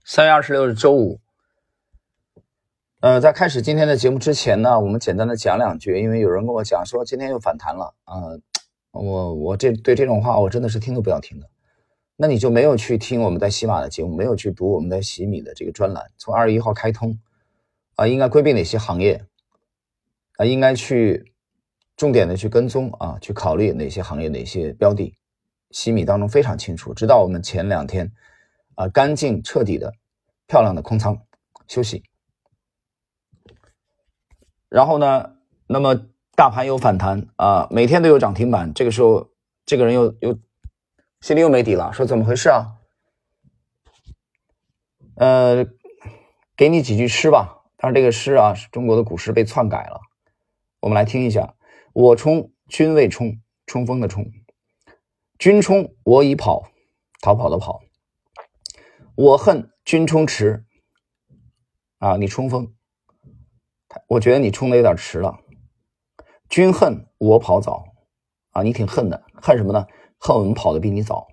3月26日周五。在开始今天的节目之前呢，我们简单的讲两句，因为有人跟我讲说今天又反弹了我对这种话我真的是听都不要听的。那你就没有去听我们在喜马的节目，没有去读我们在喜米的这个专栏，从2月1号开通应该规避哪些行业应该去重点的去跟踪去考虑哪些行业哪些标的，喜米当中非常清楚，直到我们前2天干净彻底的漂亮的空仓休息。然后呢，那么大盘有反弹每天都有涨停板，这个时候这个人又心里又没底了，说怎么回事啊？给你几句诗吧，但是这个诗是中国的古诗被篡改了，我们来听一下。我冲君未冲，冲锋的冲，君冲我已跑，逃跑的跑，我恨君冲迟你冲锋，我觉得你冲的有点迟了。君恨我跑早你挺恨的，恨什么呢？恨我们跑得比你早。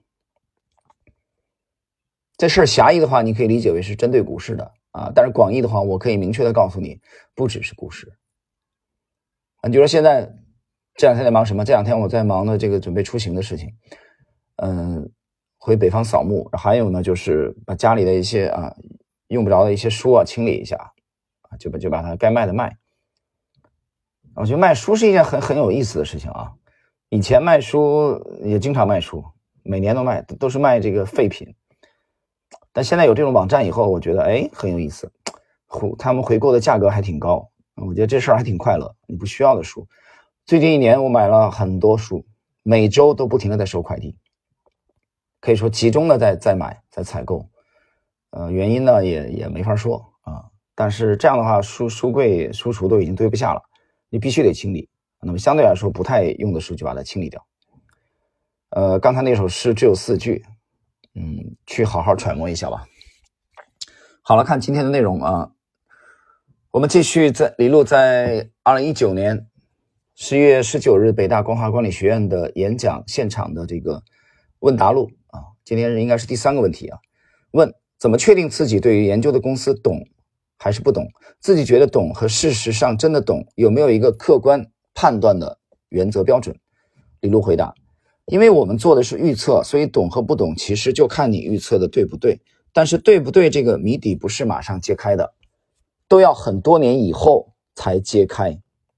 这事儿狭义的话你可以理解为是针对股市的但是广义的话我可以明确的告诉你，不只是股市你就说现在这2天在忙什么？这2天我在忙的这个准备出行的事情回北方扫墓，还有呢就是把家里的一些用不着的一些书清理一下就把它该卖的卖。我觉得卖书是一件很有意思的事情以前卖书也经常卖书，每年都卖，都是卖这个废品。但现在有这种网站以后，我觉得很有意思，他们回购的价格还挺高，我觉得这事儿还挺快乐。你不需要的书，最近1年我买了很多书，每周都不停的在收快递，可以说集中的在买在采购。原因呢也没法说但是这样的话书柜书橱都已经堆不下了，你必须得清理。那么相对来说不太用的书就把它清理掉。刚才那首诗只有4句，去好好揣摩一下吧。好了，看今天的内容我们继续李路在2019年10月19日北大光华管理学院的演讲现场的这个问答录今天应该是第3个问题问怎么确定自己对于研究的公司懂还是不懂，自己觉得懂和事实上真的懂有没有一个客观判断的原则标准。李路回答，因为我们做的是预测，所以懂和不懂其实就看你预测的对不对，但是对不对这个谜底不是马上揭开的，都要很多年以后才揭开。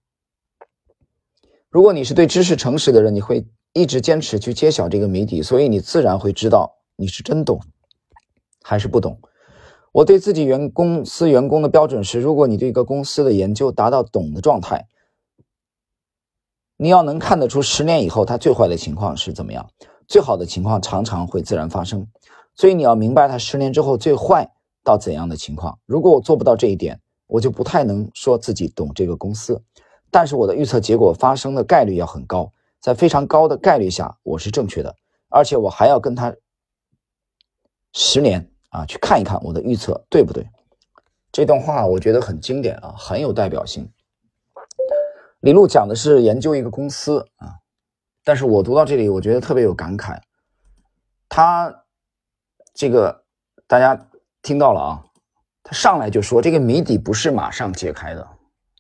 如果你是对知识诚实的人，你会一直坚持去揭晓这个谜底，所以你自然会知道你是真懂还是不懂。我对自己公司员工的标准是，如果你对一个公司的研究达到懂的状态，你要能看得出10年以后它最坏的情况是怎么样，最好的情况常常会自然发生，所以你要明白它10年之后最坏到怎样的情况。如果我做不到这一点，我就不太能说自己懂这个公司，但是我的预测结果发生的概率要很高，在非常高的概率下我是正确的，而且我还要跟他10年去看一看我的预测对不对。这段话我觉得很经典很有代表性。李路讲的是研究一个公司但是我读到这里我觉得特别有感慨。他这个大家听到了他上来就说这个谜底不是马上揭开的，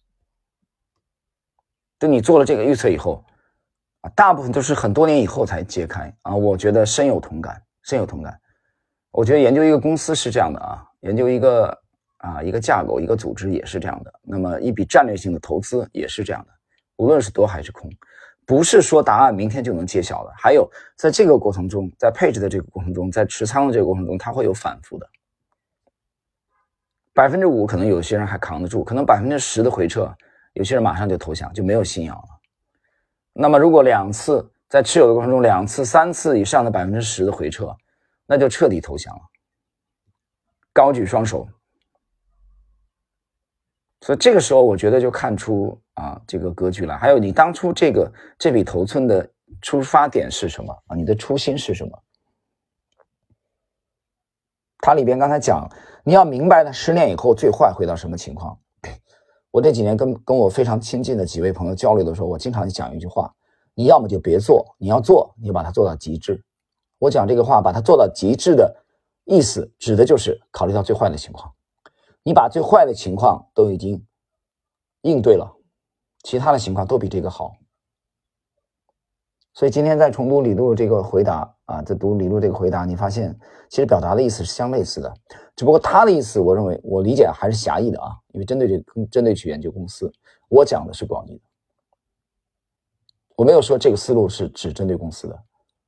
等你做了这个预测以后大部分都是很多年以后才揭开我觉得深有同感。我觉得研究一个公司是这样的研究一个架构一个组织也是这样的，那么一笔战略性的投资也是这样的，无论是多还是空，不是说答案明天就能揭晓的。还有在这个过程中，在配置的这个过程中，在持仓的这个过程中，它会有反复的。5%可能有些人还扛得住，可能10%的回撤，有些人马上就投降，就没有信仰了。那么如果2次在持有的过程中2次3次以上的10%的回撤，那就彻底投降了，高举双手。所以这个时候我觉得就看出这个格局来，还有你当初这笔头寸的出发点是什么你的初心是什么。它里边刚才讲你要明白10年以后最坏会到什么情况。我这几年跟我非常亲近的几位朋友交流的时候，我经常讲一句话，你要么就别做，你要做你就把它做到极致。我讲这个话把它做到极致的意思指的就是考虑到最坏的情况，你把最坏的情况都已经应对了，其他的情况都比这个好。所以今天在重读李路这个回答啊，在读李路这个回答，你发现其实表达的意思是相类似的，只不过他的意思我认为我理解还是狭义的啊，因为针对去研究公司，我讲的是广义的，我没有说这个思路是只针对公司的。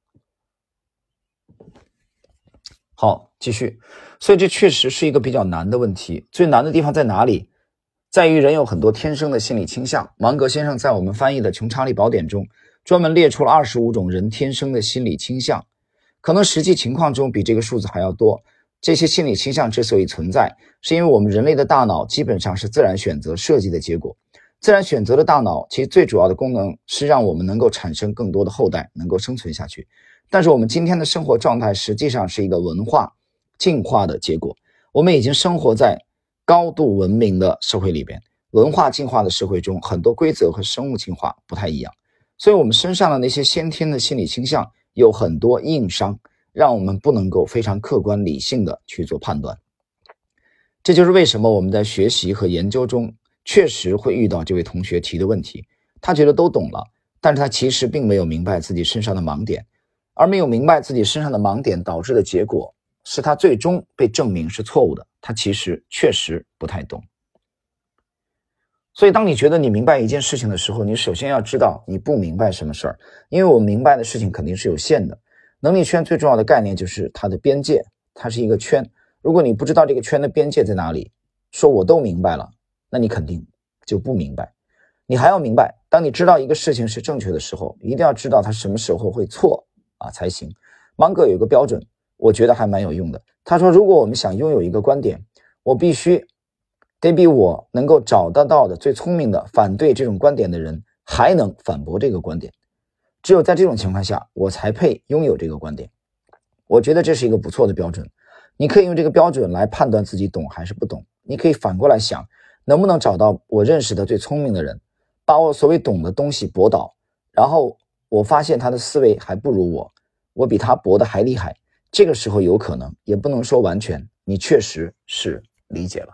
好，继续。所以这确实是一个比较难的问题，最难的地方在哪里？在于人有很多天生的心理倾向。芒格先生在我们翻译的《穷查理宝典》中专门列出了25种人天生的心理倾向，可能实际情况中比这个数字还要多。这些心理倾向之所以存在，是因为我们人类的大脑基本上是自然选择设计的结果。自然选择的大脑其实最主要的功能是让我们能够产生更多的后代，能够生存下去。但是我们今天的生活状态实际上是一个文化进化的结果，我们已经生活在高度文明的社会里边，文化进化的社会中，很多规则和生物进化不太一样，所以我们身上的那些先天的心理倾向有很多硬伤，让我们不能够非常客观理性的去做判断。这就是为什么我们在学习和研究中确实会遇到这位同学提的问题，他觉得都懂了，但是他其实并没有明白自己身上的盲点，而没有明白自己身上的盲点导致的结果是他最终被证明是错误的，他其实确实不太懂。所以当你觉得你明白一件事情的时候，你首先要知道你不明白什么事儿，因为我们明白的事情肯定是有限的。能力圈最重要的概念就是它的边界，它是一个圈，如果你不知道这个圈的边界在哪里，说我都明白了，那你肯定就不明白。你还要明白，当你知道一个事情是正确的时候，一定要知道它什么时候会错才行。芒格有一个标准，我觉得还蛮有用的。他说，如果我们想拥有一个观点，我必须得比我能够找得到的最聪明的反对这种观点的人还能反驳这个观点，只有在这种情况下，我才配拥有这个观点。我觉得这是一个不错的标准，你可以用这个标准来判断自己懂还是不懂。你可以反过来想，能不能找到我认识的最聪明的人，把我所谓懂的东西驳倒，然后我发现他的思维还不如我比他驳得还厉害，这个时候有可能，也不能说完全，你确实是理解了。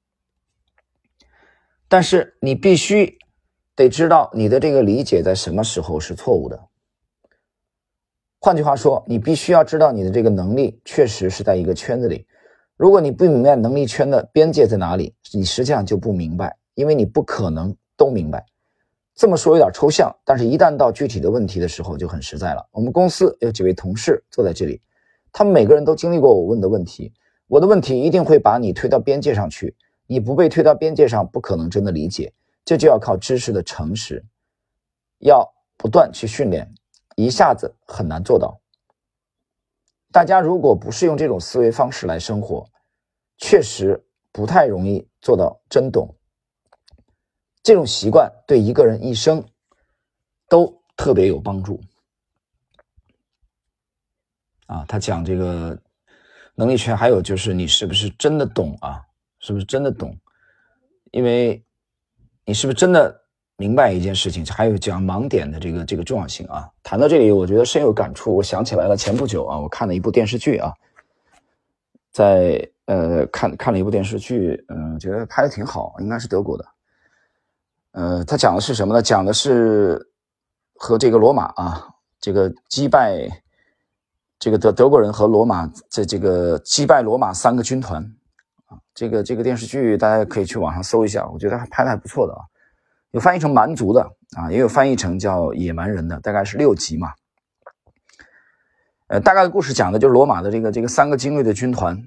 但是你必须得知道你的这个理解在什么时候是错误的。换句话说，你必须要知道你的这个能力确实是在一个圈子里，如果你不明白能力圈的边界在哪里，你实际上就不明白，因为你不可能都明白。这么说有点抽象，但是一旦到具体的问题的时候就很实在了。我们公司有几位同事坐在这里，他们每个人都经历过我问的问题，我的问题一定会把你推到边界上去，你不被推到边界上，不可能真的理解，这就要靠知识的诚实，要不断去训练，一下子很难做到。大家如果不是用这种思维方式来生活，确实不太容易做到真懂。这种习惯对一个人一生都特别有帮助。他讲这个能力圈，还有就是你是不是真的懂是不是真的懂？因为你是不是真的明白一件事情，还有讲盲点的这个重要性谈到这里，我觉得深有感触。我想起来了，前不久我看了一部电视剧在看了一部电视剧，觉得拍得挺好，应该是德国的。他讲的是什么呢？讲的是和这个罗马这个击败这个德国人和罗马这个击败罗马3个军团这个电视剧大家可以去网上搜一下，我觉得拍得还不错的有翻译成蛮族的也有翻译成叫野蛮人的，大概是6集嘛。大概的故事讲的就是罗马的这个3个精锐的军团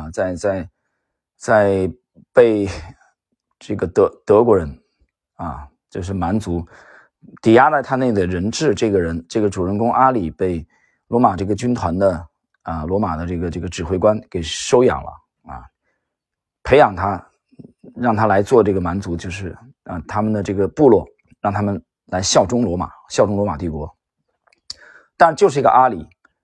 在被这个德国人就是蛮族抵押了他那个人质，这个主人公阿里被罗马这个军团的罗马的这个指挥官给收养了培养他，让他来做这个蛮族，就是他们的这个部落，让他们来效忠罗马帝国。但就是一个阿里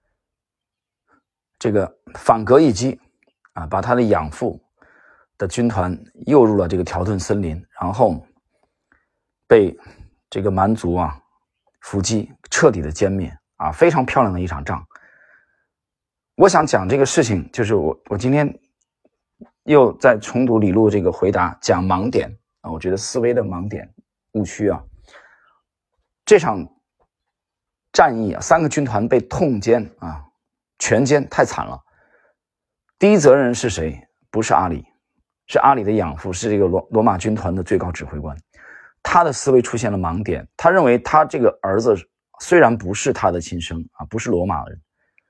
这个反戈一击把他的养父的军团诱入了这个条顿森林，然后被这个蛮族伏击，彻底的歼灭非常漂亮的一场仗。 我想讲这个事情，就是我今天又在重读李路这个回答，讲盲点啊，我觉得思维的盲点误区啊。这场战役啊，3个军团被痛歼啊，全歼，太惨了。第一责任人是谁？不是阿里，是阿里的养父，是这个罗马军团的最高指挥官。他的思维出现了盲点，他认为他这个儿子虽然不是他的亲生啊，不是罗马人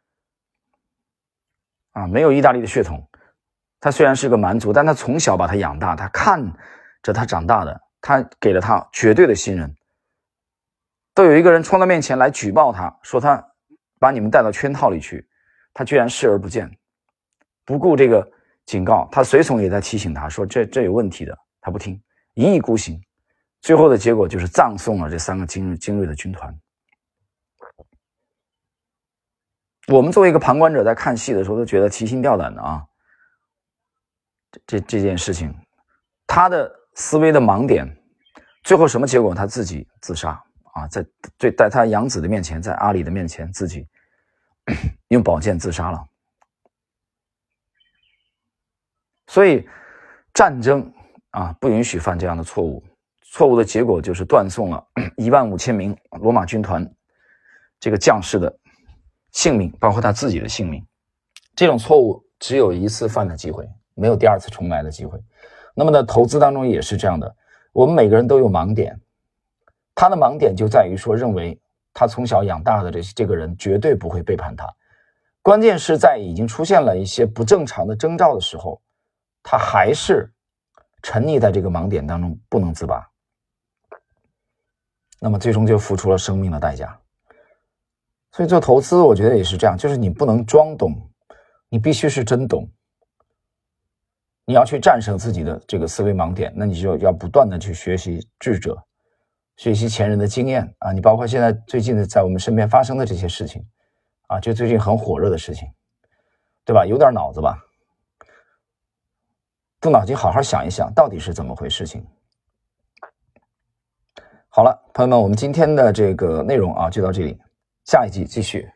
啊，没有意大利的血统，他虽然是个蛮族，但他从小把他养大，他看着他长大的，他给了他绝对的信任。都有一个人冲到面前来举报他，说他把你们带到圈套里去，他居然视而不见，不顾这个警告。他随从也在提醒他说这有问题的，他不听，一意孤行。最后的结果就是葬送了这3个精锐的军团。我们作为一个旁观者在看戏的时候都觉得提心吊胆的啊，这件事情，他的思维的盲点，最后什么结果？他自己自杀啊，在他养子的面前，在阿里的面前，自己用宝剑自杀了。所以战争啊，不允许犯这样的错误。错误的结果就是断送了15000名罗马军团这个将士的性命，包括他自己的性命。这种错误只有一次犯的机会，没有第2次重来的机会。那么呢，投资当中也是这样的，我们每个人都有盲点。他的盲点就在于说，认为他从小养大的这个人绝对不会背叛他。关键是在已经出现了一些不正常的征兆的时候，他还是沉溺在这个盲点当中不能自拔。那么最终就付出了生命的代价。所以做投资我觉得也是这样，就是你不能装懂，你必须是真懂。你要去战胜自己的这个思维盲点，那你就要不断的去学习智者，学习前人的经验啊。你包括现在最近的在我们身边发生的这些事情啊，就最近很火热的事情，对吧？有点脑子吧，动脑筋好好想一想到底是怎么回事情。好了，朋友们，我们今天的这个内容啊就到这里，下一集继续。